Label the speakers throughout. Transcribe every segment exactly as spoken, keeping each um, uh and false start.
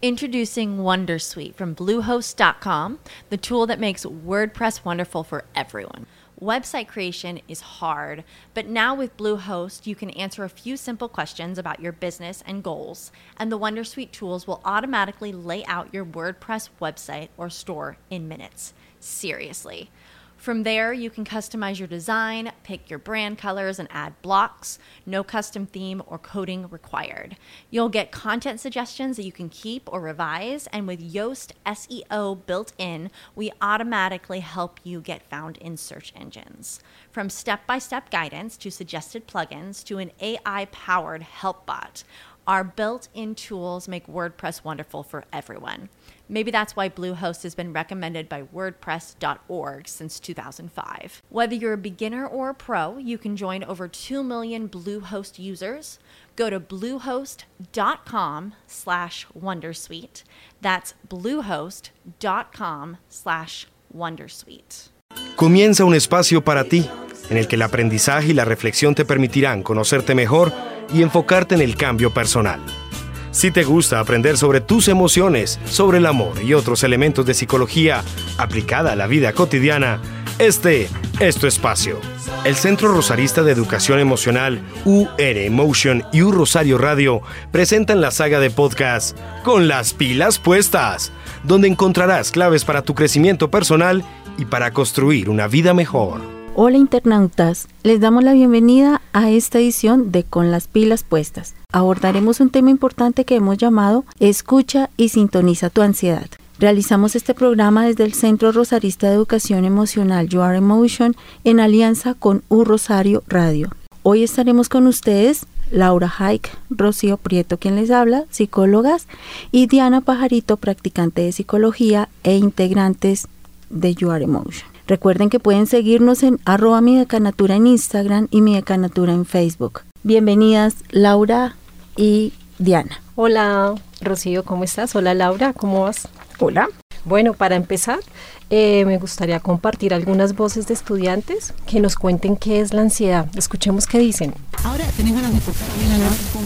Speaker 1: Introducing Wondersuite from Bluehost dot com, the tool that makes WordPress wonderful for everyone. Website creation is hard, but now with Bluehost, you can answer a few simple questions about your business and goals, and the Wondersuite tools will automatically lay out your WordPress website or store in minutes. Seriously. From there, you can customize your design, pick your brand colors, and add blocks. No custom theme or coding required. You'll get content suggestions that you can keep or revise, and with Yoast S E O built in, we automatically help you get found in search engines. From step-by-step guidance to suggested plugins to an A I-powered help bot, our built-in tools make WordPress wonderful for everyone. Maybe that's why Bluehost has been recommended by WordPress dot org since two thousand five. Whether you're a beginner or a pro, you can join over two million Bluehost users. Go to bluehost dot com slash wondersuite. That's bluehost dot com slash wondersuite.
Speaker 2: Comienza un espacio para ti, en el que el aprendizaje y la reflexión te permitirán conocerte mejor y enfocarte en el cambio personal. Si te gusta aprender sobre tus emociones, sobre el amor y otros elementos de psicología aplicada a la vida cotidiana, este es tu espacio. El Centro Rosarista de Educación Emocional, U R Emotion y U Rosario Radio presentan la saga de podcast Con las pilas puestas, donde encontrarás claves para tu crecimiento personal y para construir una vida mejor.
Speaker 3: Hola internautas, les damos la bienvenida a esta edición de Con las pilas puestas. Abordaremos un tema importante que hemos llamado Escucha y sintoniza tu ansiedad. Realizamos este programa desde el Centro Rosarista de Educación Emocional U R Emotion en alianza con U Rosario Radio. Hoy estaremos con ustedes Laura Haik, Rocío Prieto quien les habla, psicólogas, y Diana Pajarito, practicante de psicología e integrantes de U R Emotion. Recuerden que pueden seguirnos en arroba mi decanatura en Instagram y mi decanatura en Facebook. Bienvenidas Laura y Diana.
Speaker 4: Hola Rocío, ¿cómo estás? Hola Laura, ¿cómo vas?
Speaker 3: Hola.
Speaker 4: Bueno, para empezar, eh, me gustaría compartir algunas voces de estudiantes que nos cuenten qué es la ansiedad. Escuchemos qué dicen.
Speaker 5: Ahora tenés ganas de tocar bien la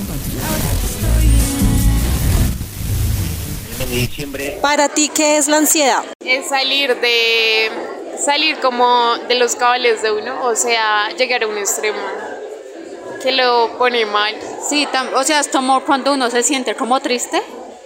Speaker 6: diciembre. Para ti, ¿qué es la ansiedad?
Speaker 7: Es salir de salir como de los cabales de uno, o sea, llegar a un extremo que lo pone mal.
Speaker 8: Sí, tam- o sea, es como cuando uno se siente como triste.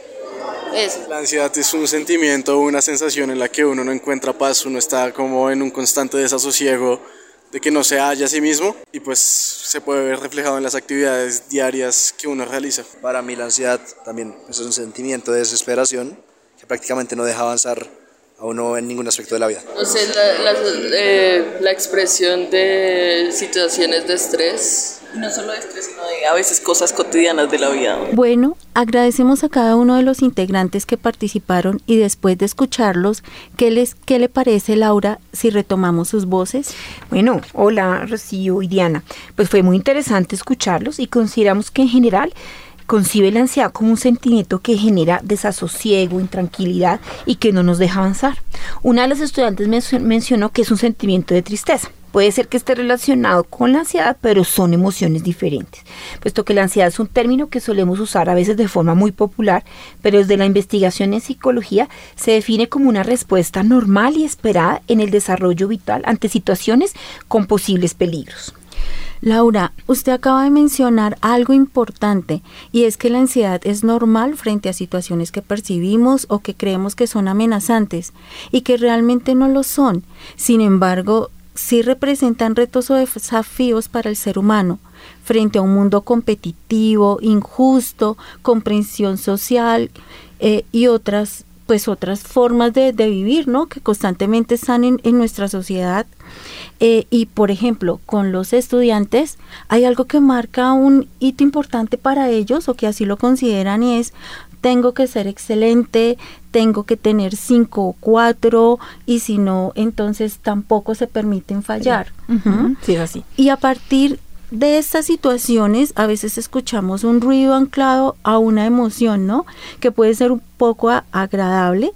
Speaker 8: Eso.
Speaker 9: La ansiedad es un sentimiento, una sensación en la que uno no encuentra paz, uno está como en un constante desasosiego de que no se halla a sí mismo y pues se puede ver reflejado en las actividades diarias que uno realiza.
Speaker 10: Para mí la ansiedad también es un sentimiento de desesperación que prácticamente no deja avanzar a uno en ningún aspecto de la vida.
Speaker 11: No sé, la, la, eh, la expresión de situaciones de estrés.
Speaker 12: Y no solo de estrés, sino de a veces cosas cotidianas de la vida.
Speaker 3: Bueno, agradecemos a cada uno de los integrantes que participaron y después de escucharlos, ¿qué les qué le parece, Laura, si retomamos sus voces?
Speaker 13: Bueno, hola Rocío y Diana. Pues fue muy interesante escucharlos y consideramos que en general concibe la ansiedad como un sentimiento que genera desasosiego, intranquilidad y que no nos deja avanzar. Una de las estudiantes men- mencionó que es un sentimiento de tristeza. Puede ser que esté relacionado con la ansiedad, pero son emociones diferentes, puesto que la ansiedad es un término que solemos usar a veces de forma muy popular, pero desde la investigación en psicología se define como una respuesta normal y esperada en el desarrollo vital ante situaciones con posibles peligros.
Speaker 3: Laura, usted acaba de mencionar algo importante y es que la ansiedad es normal frente a situaciones que percibimos o que creemos que son amenazantes y que realmente no lo son. Sin embargo, sí representan retos o desafíos para el ser humano frente a un mundo competitivo, injusto, comprensión social eh, y otras pues otras formas de, de vivir, ¿no? Que constantemente están en, en nuestra sociedad. Eh, y por ejemplo, con los estudiantes hay algo que marca un hito importante para ellos o que así lo consideran y es: tengo que ser excelente, tengo que tener cinco o cuatro y si no, entonces tampoco se permiten fallar.
Speaker 13: Uh-huh. Sí, es así.
Speaker 3: Y a partir de estas situaciones a veces escuchamos un ruido anclado a una emoción, ¿no? Que puede ser un poco a- agradable,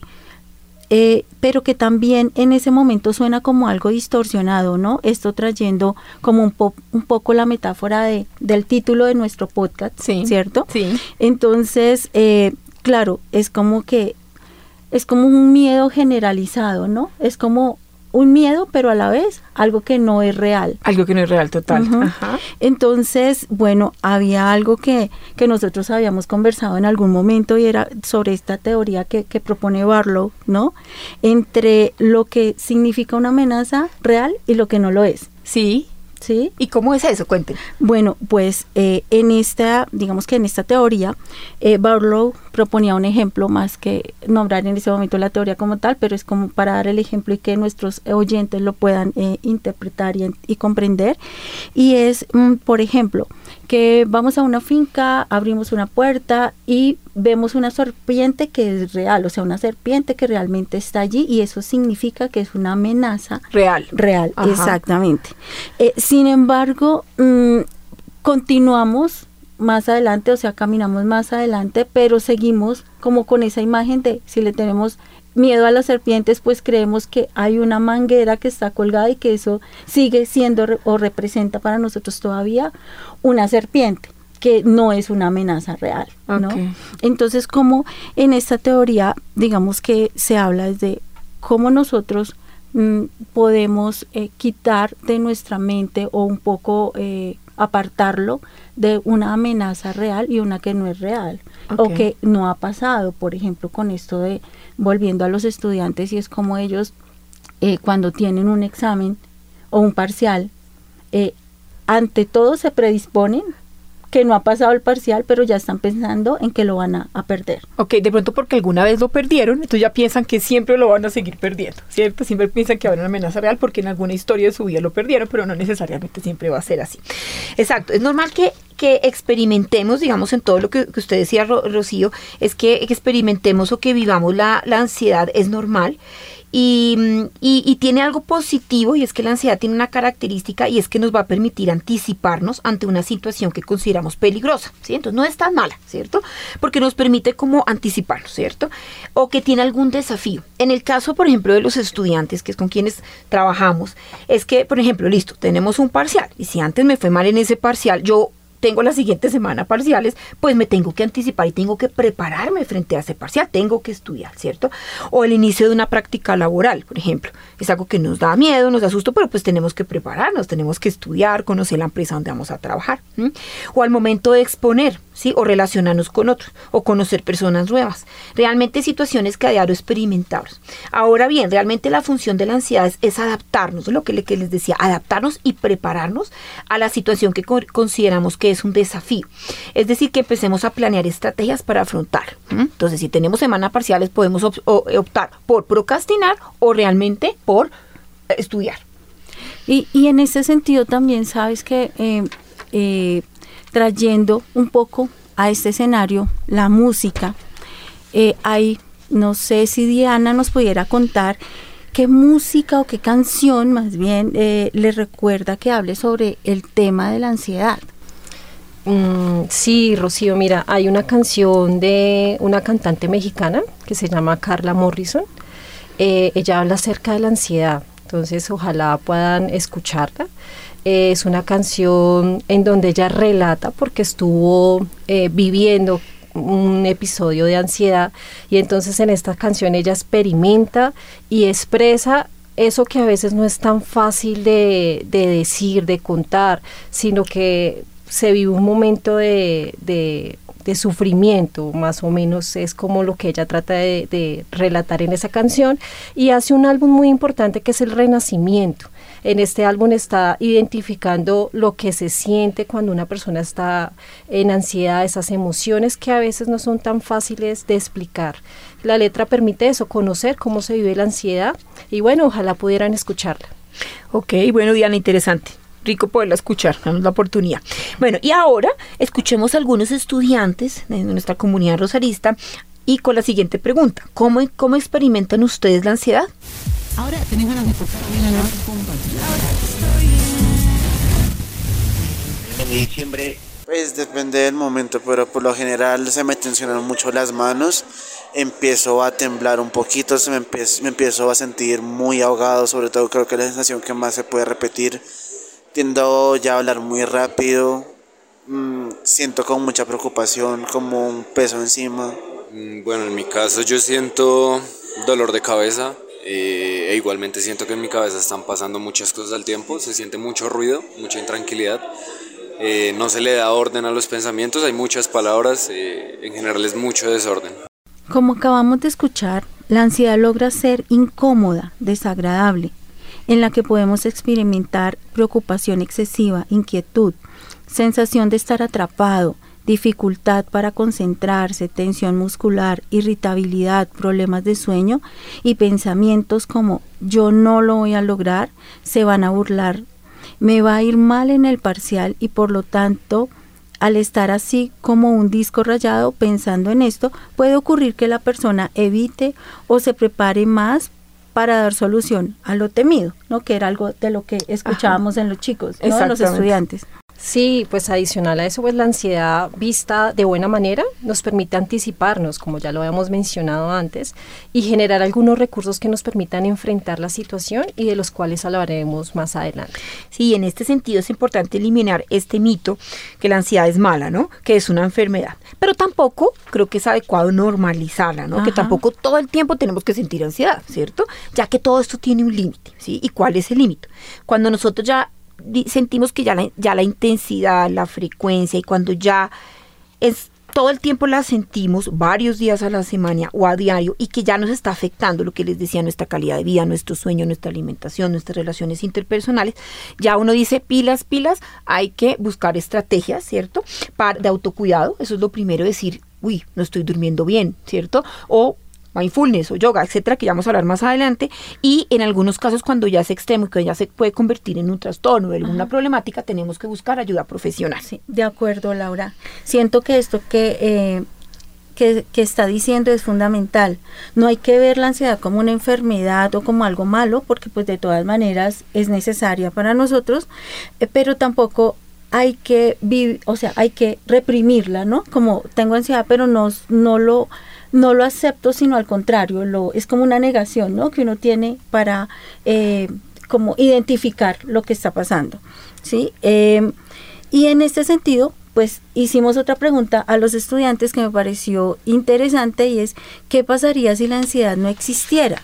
Speaker 3: eh, pero que también en ese momento suena como algo distorsionado, ¿no? Esto trayendo como un, po- un poco la metáfora de, del título de nuestro podcast,
Speaker 13: sí,
Speaker 3: ¿cierto?
Speaker 13: Sí.
Speaker 3: Entonces, eh, claro, es como que, es como un miedo generalizado, ¿no? Es como un miedo, pero a la vez algo que no es real.
Speaker 13: Algo que no es real, total.
Speaker 3: Uh-huh.
Speaker 13: Ajá.
Speaker 3: Entonces, bueno, había algo que, que nosotros habíamos conversado en algún momento y era sobre esta teoría que, que propone Barlow, ¿no? Entre lo que significa una amenaza real y lo que no lo es.
Speaker 13: Sí.
Speaker 3: ¿Sí?
Speaker 13: ¿Y cómo es eso? Cuenten.
Speaker 3: Bueno, pues eh, en esta, digamos que en esta teoría, eh, Barlow proponía un ejemplo, más que nombrar en ese momento la teoría como tal, pero es como para dar el ejemplo y que nuestros oyentes lo puedan eh, interpretar y, y comprender. Y es, mm, por ejemplo, que vamos a una finca, abrimos una puerta y vemos una serpiente que es real, o sea, una serpiente que realmente está allí, y eso significa que es una amenaza
Speaker 13: real.
Speaker 3: Real,
Speaker 13: Ajá.
Speaker 3: Exactamente. Eh, sin embargo, mmm, continuamos más adelante, o sea, caminamos más adelante, pero seguimos como con esa imagen de si le tenemos miedo a las serpientes, pues creemos que hay una manguera que está colgada y que eso sigue siendo re- o representa para nosotros todavía una serpiente, que no es una amenaza real, ¿no?
Speaker 13: Okay.
Speaker 3: Entonces, como en esta teoría, digamos que se habla desde cómo nosotros mm, podemos eh, quitar de nuestra mente o un poco eh, apartarlo de una amenaza real y una que no es real, okay, o que no ha pasado, por ejemplo, con esto de, volviendo a los estudiantes, y es como ellos eh, cuando tienen un examen o un parcial, eh, ante todo se predisponen que no ha pasado el parcial, pero ya están pensando en que lo van a, a perder.
Speaker 13: Ok, de pronto porque alguna vez lo perdieron, entonces ya piensan que siempre lo van a seguir perdiendo, ¿cierto? Siempre piensan que va a haber una amenaza real porque en alguna historia de su vida lo perdieron, pero no necesariamente siempre va a ser así. Exacto, es normal que, que experimentemos, digamos, en todo lo que, que usted decía, Ro, Rocío, es que experimentemos o que vivamos la, la ansiedad, es normal. Y, y, y tiene algo positivo, y es que la ansiedad tiene una característica, y es que nos va a permitir anticiparnos ante una situación que consideramos peligrosa, ¿sí? Entonces no es tan mala, ¿cierto? Porque nos permite como anticiparnos, ¿cierto? O que tiene algún desafío. En el caso, por ejemplo, de los estudiantes, que es con quienes trabajamos, es que, por ejemplo, listo, tenemos un parcial, y si antes me fue mal en ese parcial, yo tengo la siguiente semana parciales, pues me tengo que anticipar y tengo que prepararme frente a ese parcial, tengo que estudiar, ¿cierto? O el inicio de una práctica laboral, por ejemplo, es algo que nos da miedo, nos da susto, pero pues tenemos que prepararnos, tenemos que estudiar, conocer la empresa donde vamos a trabajar, ¿sí? O al momento de exponer, ¿sí? O relacionarnos con otros, o conocer personas nuevas, realmente situaciones que a diario experimentamos. Ahora bien, realmente la función de la ansiedad es, es adaptarnos, lo que, le, que les decía, adaptarnos y prepararnos a la situación que co- consideramos que es un desafío. Es decir, que empecemos a planear estrategias para afrontar. ¿Mm? Entonces, si tenemos semana parciales, podemos op- optar por procrastinar o realmente por estudiar.
Speaker 3: Y, y en ese sentido también, sabes que eh, eh, trayendo un poco a este escenario la música, eh, hay, no sé si Diana nos pudiera contar qué música o qué canción más bien eh, le recuerda que hable sobre el tema de la ansiedad.
Speaker 4: Mm, sí, Rocío, mira, hay una canción de una cantante mexicana que se llama Carla Morrison. Eh, ella habla acerca de la ansiedad, entonces ojalá puedan escucharla. Eh, es una canción en donde ella relata porque estuvo eh, viviendo un episodio de ansiedad, y entonces en esta canción ella experimenta y expresa eso que a veces no es tan fácil de, de decir, de contar, sino que se vive un momento de, de, de sufrimiento, más o menos es como lo que ella trata de, de relatar en esa canción, y hace un álbum muy importante que es el Renacimiento. En este álbum está identificando lo que se siente cuando una persona está en ansiedad, esas emociones que a veces no son tan fáciles de explicar. La letra permite eso, conocer cómo se vive la ansiedad, y bueno, ojalá pudieran escucharla.
Speaker 13: Ok, bueno, Diana, interesante. Rico poderla escuchar, damos la oportunidad. Bueno, y ahora escuchemos a algunos estudiantes de nuestra comunidad rosarista y con la siguiente pregunta: ¿Cómo, cómo experimentan ustedes la ansiedad?
Speaker 5: Ahora tenés ganas de escuchar bien a la
Speaker 14: En diciembre.
Speaker 9: Pues depende del momento, pero por lo general se me tensionan mucho las manos, empiezo a temblar un poquito, se me, empiezo, me empiezo a sentir muy ahogado, sobre todo creo que es la sensación que más se puede repetir. Tiendo ya a hablar muy rápido, mmm, siento con mucha preocupación, como un peso encima,
Speaker 14: Bueno, en mi caso yo siento dolor de cabeza eh, e igualmente siento que en mi cabeza están pasando muchas cosas al tiempo, se siente mucho ruido, mucha intranquilidad, eh, no se le da orden a los pensamientos, hay muchas palabras, eh, en general es mucho desorden.
Speaker 3: Como acabamos de escuchar, la ansiedad logra ser incómoda, desagradable, en la que podemos experimentar preocupación excesiva, inquietud, sensación de estar atrapado, dificultad para concentrarse, tensión muscular, irritabilidad, problemas de sueño y pensamientos como yo no lo voy a lograr, se van a burlar, me va a ir mal en el parcial y por lo tanto al estar así como un disco rayado pensando en esto, puede ocurrir que la persona evite o se prepare más para dar solución a lo temido, ¿no? Que era algo de lo que escuchábamos Ajá. en los chicos, ¿no? De los estudiantes.
Speaker 4: Sí, pues adicional a eso, pues la ansiedad vista de buena manera nos permite anticiparnos, como ya lo habíamos mencionado antes, y generar algunos recursos que nos permitan enfrentar la situación y de los cuales hablaremos más adelante.
Speaker 13: Sí, en este sentido es importante eliminar este mito que la ansiedad es mala, ¿no? Que es una enfermedad, pero tampoco creo que es adecuado normalizarla, ¿no? Ajá. Que tampoco todo el tiempo tenemos que sentir ansiedad, ¿cierto? Ya que todo esto tiene un límite, ¿sí? ¿Y cuál es el límite? Cuando nosotros ya sentimos que ya la, ya la intensidad, la frecuencia y cuando ya es todo el tiempo la sentimos varios días a la semana o a diario y que ya nos está afectando lo que les decía, nuestra calidad de vida, nuestro sueño, nuestra alimentación, nuestras relaciones interpersonales, ya uno dice pilas, pilas, hay que buscar estrategias, ¿cierto? Para, de autocuidado, eso es lo primero, decir, uy, no estoy durmiendo bien, ¿cierto? O mindfulness o yoga, etcétera, que ya vamos a hablar más adelante, y en algunos casos cuando ya es extremo y que ya se puede convertir en un trastorno o alguna Ajá. problemática, tenemos que buscar ayuda profesional.
Speaker 3: Sí, de acuerdo, Laura. Siento que esto que, eh, que, que está diciendo es fundamental. No hay que ver la ansiedad como una enfermedad o como algo malo, porque pues de todas maneras es necesaria para nosotros, eh, pero tampoco hay que vivir, o sea, hay que reprimirla, ¿no? Como tengo ansiedad, pero no, no lo no lo acepto, sino al contrario, lo es como una negación, ¿no? Que uno tiene para eh, como identificar lo que está pasando, ¿sí? Eh, y en este sentido, pues hicimos otra pregunta a los estudiantes que me pareció interesante y es, ¿qué pasaría si la ansiedad no existiera?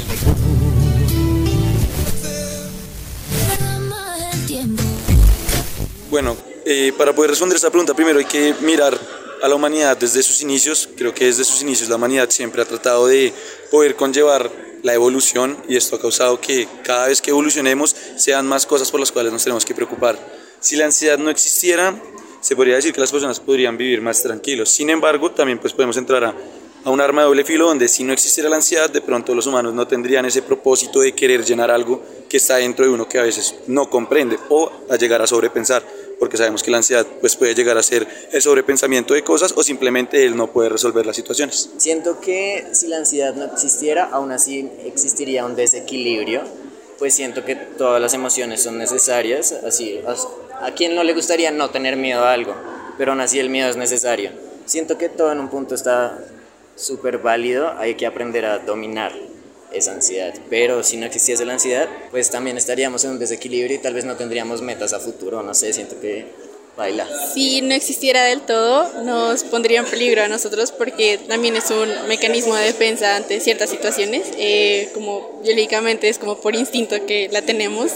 Speaker 15: Bueno, eh, para poder responder esta pregunta, primero hay que mirar a la humanidad desde sus inicios. Creo que desde sus inicios la humanidad siempre ha tratado de poder conllevar la evolución y esto ha causado que cada vez que evolucionemos sean más cosas por las cuales nos tenemos que preocupar. Si la ansiedad no existiera, se podría decir que las personas podrían vivir más tranquilos. Sin embargo, también pues podemos entrar a, a un arma de doble filo donde si no existiera la ansiedad, de pronto los humanos no tendrían ese propósito de querer llenar algo que está dentro de uno que a veces no comprende o a llegar a sobrepensar, porque sabemos que la ansiedad pues, puede llegar a ser el sobrepensamiento de cosas o simplemente él no puede resolver las situaciones.
Speaker 16: Siento que si la ansiedad no existiera, aún así existiría un desequilibrio, pues siento que todas las emociones son necesarias, así, a quien no le gustaría no tener miedo a algo, pero aún así el miedo es necesario. Siento que todo en un punto está súper válido, hay que aprender a dominar esa ansiedad, pero si no existiese la ansiedad, pues también estaríamos en un desequilibrio y tal vez no tendríamos metas a futuro, no sé, siento que baila.
Speaker 17: Si no existiera del todo, nos pondría en peligro a nosotros porque también es un mecanismo de defensa ante ciertas situaciones, eh, como biológicamente es como por instinto que la tenemos.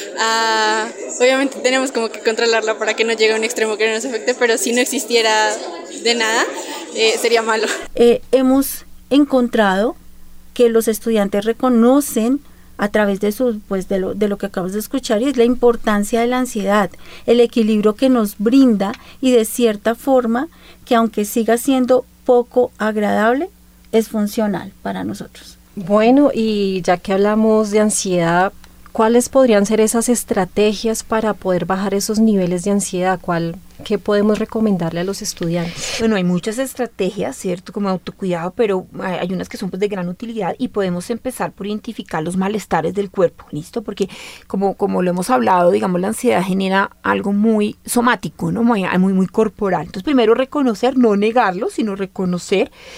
Speaker 17: Ah, obviamente tenemos como que controlarla para que no llegue a un extremo que no nos afecte, pero si no existiera de nada, eh, sería malo.
Speaker 3: Eh, hemos encontrado que los estudiantes reconocen a través de su, pues de lo, de lo que acabas de escuchar, y es la importancia de la ansiedad, el equilibrio que nos brinda y de cierta forma que aunque siga siendo poco agradable, es funcional para nosotros.
Speaker 4: Bueno, y ya que hablamos de ansiedad, ¿cuáles podrían ser esas estrategias para poder bajar esos niveles de ansiedad? ¿Cuál, qué podemos recomendarle a los estudiantes?
Speaker 13: Bueno, hay muchas estrategias, ¿cierto? Como autocuidado, pero hay unas que son pues, de gran utilidad y podemos empezar por identificar los malestares del cuerpo, ¿listo? Porque como, como lo hemos hablado, digamos, la ansiedad genera algo muy somático, ¿no? Muy, muy, muy corporal. Entonces, primero reconocer, no negarlo, sino reconocer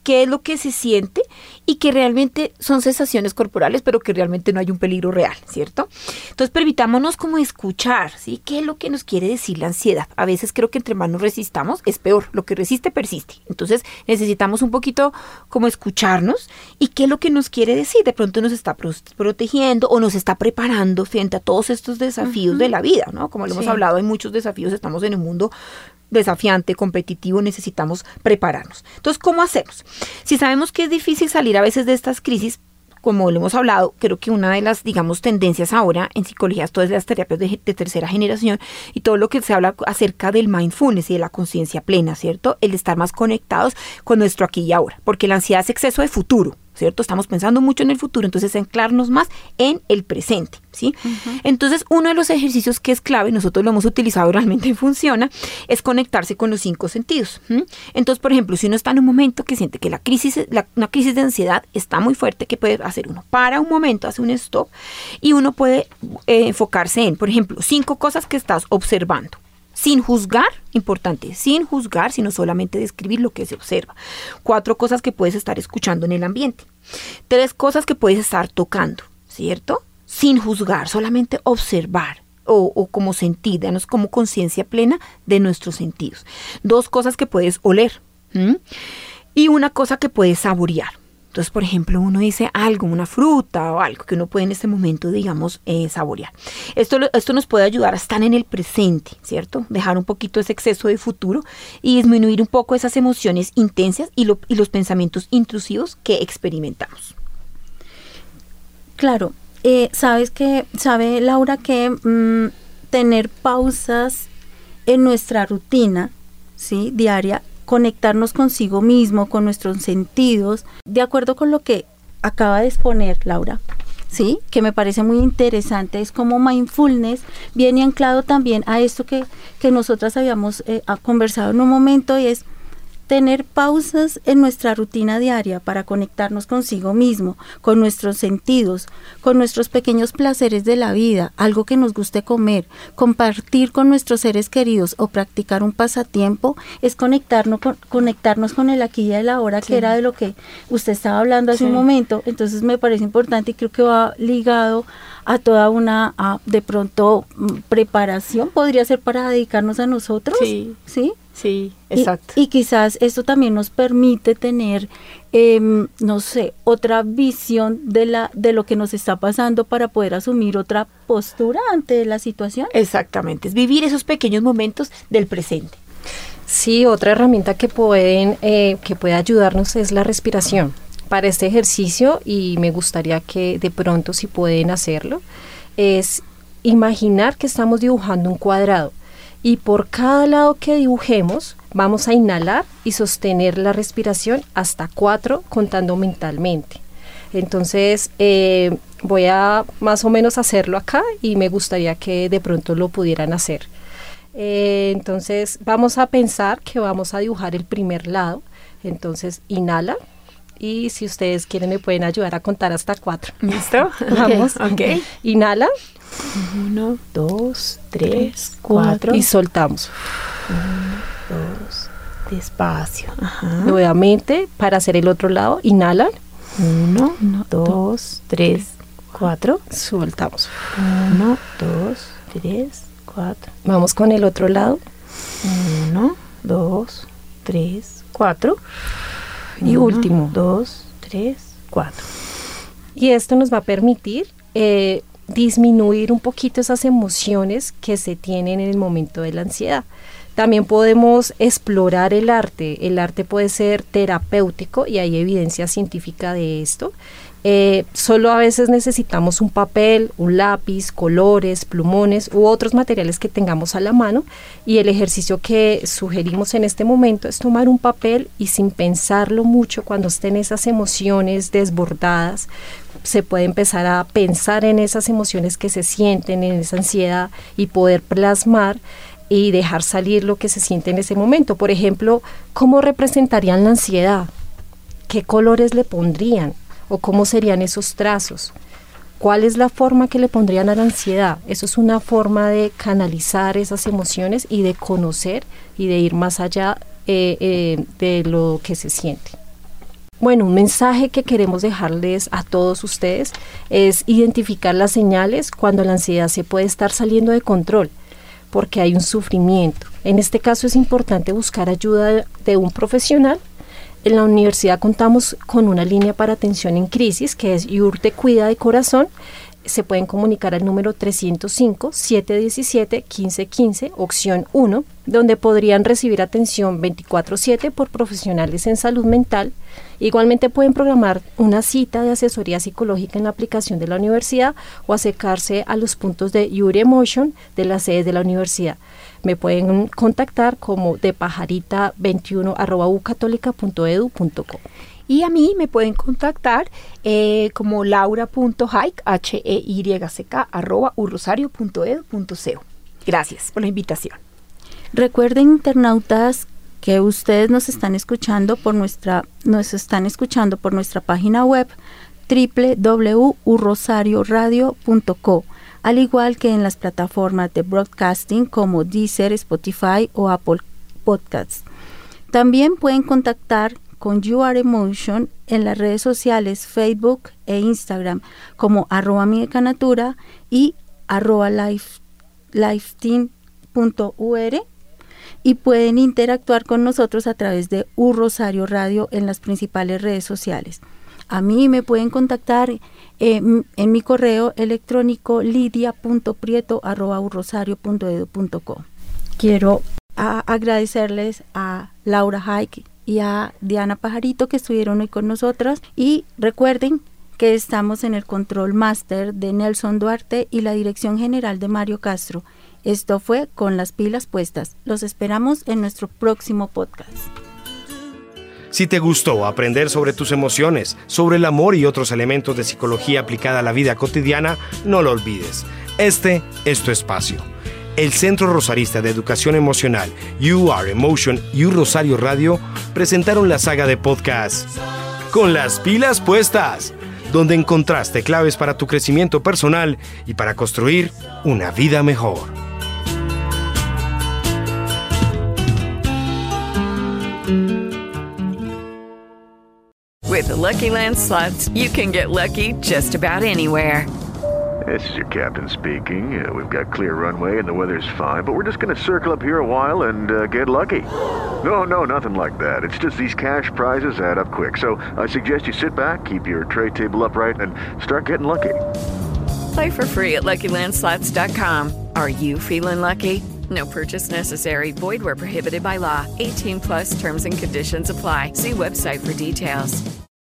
Speaker 13: qué es lo que se siente y que realmente son sensaciones corporales, pero que realmente no hay un peligro real, ¿cierto? Entonces permitámonos como escuchar, ¿sí? ¿Qué es lo que nos quiere decir la ansiedad? A veces creo que entre más nos resistamos es peor, lo que resiste persiste. Entonces necesitamos un poquito como escucharnos y qué es lo que nos quiere decir. De pronto nos está pro- protegiendo o nos está preparando frente a todos estos desafíos uh-huh. de la vida, ¿no? Como lo sí. hemos hablado, hay muchos desafíos, estamos en un mundo desafiante, competitivo, necesitamos prepararnos. Entonces, ¿cómo hacemos? Si sabemos que es difícil salir a veces de estas crisis, como lo hemos hablado, creo que una de las, digamos, tendencias ahora en psicología es todas las terapias de, de tercera generación y todo lo que se habla acerca del mindfulness y de la conciencia plena, ¿cierto? El estar más conectados con nuestro aquí y ahora, porque la ansiedad es exceso de futuro, ¿cierto? Estamos pensando mucho en el futuro, entonces anclarnos más en el presente, ¿sí? Uh-huh. Entonces, uno de los ejercicios que es clave, nosotros lo hemos utilizado, realmente funciona, es conectarse con los cinco sentidos. ¿Mm? Entonces, por ejemplo, si uno está en un momento que siente que la crisis, la, una crisis de ansiedad está muy fuerte, ¿qué puede hacer uno? Para un momento, hace un stop y uno puede eh, enfocarse en, por ejemplo, cinco cosas que estás observando. Sin juzgar, importante, sin juzgar, sino solamente describir lo que se observa. Cuatro cosas que puedes estar escuchando en el ambiente. Tres cosas que puedes estar tocando, ¿cierto? Sin juzgar, solamente observar o, o como sentir, danos como conciencia plena de nuestros sentidos. Dos cosas que puedes oler, ¿m? Y una cosa que puedes saborear. Entonces, por ejemplo, uno dice algo, una fruta o algo que uno puede en este momento, digamos, eh, saborear. Esto, esto nos puede ayudar a estar en el presente, ¿cierto? Dejar un poquito ese exceso de futuro y disminuir un poco esas emociones intensas y, lo, y los pensamientos intrusivos que experimentamos.
Speaker 3: Claro, eh, sabes que, sabe Laura que mmm, tener pausas en nuestra rutina, ¿sí? Diaria, conectarnos consigo mismo, con nuestros sentidos, de acuerdo con lo que acaba de exponer Laura, ¿sí? Que me parece muy interesante, es como mindfulness viene anclado también a esto que, que nosotras habíamos eh, conversado en un momento, y es tener pausas en nuestra rutina diaria para conectarnos consigo mismo, con nuestros sentidos, con nuestros pequeños placeres de la vida, algo que nos guste comer, compartir con nuestros seres queridos o practicar un pasatiempo, es conectarnos con, conectarnos con el aquí y el ahora, sí. Que era de lo que usted estaba hablando hace sí. un momento. Entonces me parece importante y creo que va ligado a toda una, a, de pronto, preparación, podría ser para dedicarnos a nosotros,
Speaker 13: sí,
Speaker 3: ¿sí?
Speaker 13: Sí, exacto.
Speaker 3: Y, y quizás esto también nos permite tener, eh, no sé, otra visión de la de lo que nos está pasando para poder asumir otra postura ante la situación.
Speaker 13: Exactamente, es vivir esos pequeños momentos del presente.
Speaker 4: Sí, otra herramienta que pueden eh, que puede ayudarnos es la respiración. Para este ejercicio, y me gustaría que de pronto si pueden hacerlo, es imaginar que estamos dibujando un cuadrado. Y por cada lado que dibujemos, vamos a inhalar y sostener la respiración hasta cuatro, contando mentalmente. Entonces, eh, voy a más o menos hacerlo acá y me gustaría que de pronto lo pudieran hacer. Eh, entonces, vamos a pensar que vamos a dibujar el primer lado. Entonces, inhala. Y si ustedes quieren me pueden ayudar a contar hasta cuatro.
Speaker 13: ¿Listo?
Speaker 4: Vamos.
Speaker 13: Ok. Okay.
Speaker 4: Inhala.
Speaker 13: Uno, dos, tres, cuatro.
Speaker 4: Y soltamos.
Speaker 13: Uno, dos, despacio. Ajá.
Speaker 4: Nuevamente, para hacer el otro lado, inhalan.
Speaker 13: Uno, Uno dos, dos, tres, cuatro.
Speaker 4: Soltamos.
Speaker 13: Uno, dos, tres, cuatro.
Speaker 4: Vamos con el otro lado.
Speaker 13: Uno, dos, tres, cuatro.
Speaker 4: Y
Speaker 13: Uno,
Speaker 4: último.
Speaker 13: Dos, tres, cuatro.
Speaker 4: Y esto nos va a permitir eh, disminuir un poquito esas emociones que se tienen en el momento de la ansiedad. También podemos explorar el arte. El arte puede ser terapéutico y hay evidencia científica de esto. Eh, solo a veces necesitamos un papel, un lápiz, colores, plumones u otros materiales que tengamos a la mano, y el ejercicio que sugerimos en este momento es tomar un papel y sin pensarlo mucho, cuando estén esas emociones desbordadas, se puede empezar a pensar en esas emociones que se sienten, en esa ansiedad, y poder plasmar y dejar salir lo que se siente en ese momento. Por ejemplo, ¿cómo representarían la ansiedad? ¿Qué colores le pondrían? ¿O cómo serían esos trazos? ¿Cuál es la forma que le pondrían a la ansiedad? Eso es una forma de canalizar esas emociones y de conocer y de ir más allá eh, eh, de lo que se siente. Bueno, un mensaje que queremos dejarles a todos ustedes es identificar las señales cuando la ansiedad se puede estar saliendo de control, porque hay un sufrimiento. En este caso es importante buscar ayuda de un profesional. En la universidad contamos con una línea para atención en crisis que es I U R T E Cuida de Corazón. Se pueden comunicar al número trescientos cinco, setecientos diecisiete, quince quince, opción uno, donde podrían recibir atención veinticuatro siete por profesionales en salud mental. Igualmente pueden programar una cita de asesoría psicológica en la aplicación de la universidad o acercarse a los puntos de U R Emotion de las sedes de la universidad. Me pueden contactar como de pajarita veintiuno arroba u católica punto edu punto co.
Speaker 13: Y a mí me pueden contactar eh, como laura.hike, H E Y C K, arroba urrosario punto edu punto co. Gracias por la invitación.
Speaker 3: Recuerden, internautas, que ustedes nos están escuchando por nuestra, nos están escuchando por nuestra página web doble u doble u doble u punto u rosario radio punto co, al igual que en las plataformas de broadcasting como Deezer, Spotify o Apple Podcasts. También pueden contactar con U R Emotion en las redes sociales Facebook e Instagram como arroba micanatura y arroba lifeteam punto u r, y pueden interactuar con nosotros a través de U Rosario Radio en las principales redes sociales. A mí me pueden contactar eh, en mi correo electrónico lidia punto prieto arroba urrosario punto edu punto co. Quiero a agradecerles a Laura Hike y a Diana Pajarito que estuvieron hoy con nosotras, y recuerden que estamos en el control máster de Nelson Duarte y la dirección general de Mario Castro. Esto fue Con las pilas puestas. Los esperamos en nuestro próximo podcast.
Speaker 2: Si te gustó aprender sobre tus emociones, sobre el amor y otros elementos de psicología aplicada a la vida cotidiana, no lo olvides. Este es tu espacio. El Centro Rosarista de Educación Emocional, U R Emotion y U Rosario Radio presentaron la saga de podcast Con las pilas puestas, donde encontraste claves para tu crecimiento personal y para construir una vida mejor.
Speaker 18: With the Lucky Land Slots, you can get lucky just about anywhere.
Speaker 19: This is your captain speaking. Uh, we've got clear runway and the weather's fine, but we're just going to circle up here a while and uh, get lucky. No, no, nothing like that. It's just these cash prizes add up quick. So I suggest you sit back, keep your tray table upright, and start getting lucky.
Speaker 18: Play for free at lucky land slots dot com. Are you feeling lucky? No purchase necessary. Void where prohibited by law. eighteen plus terms and conditions apply. See website for details.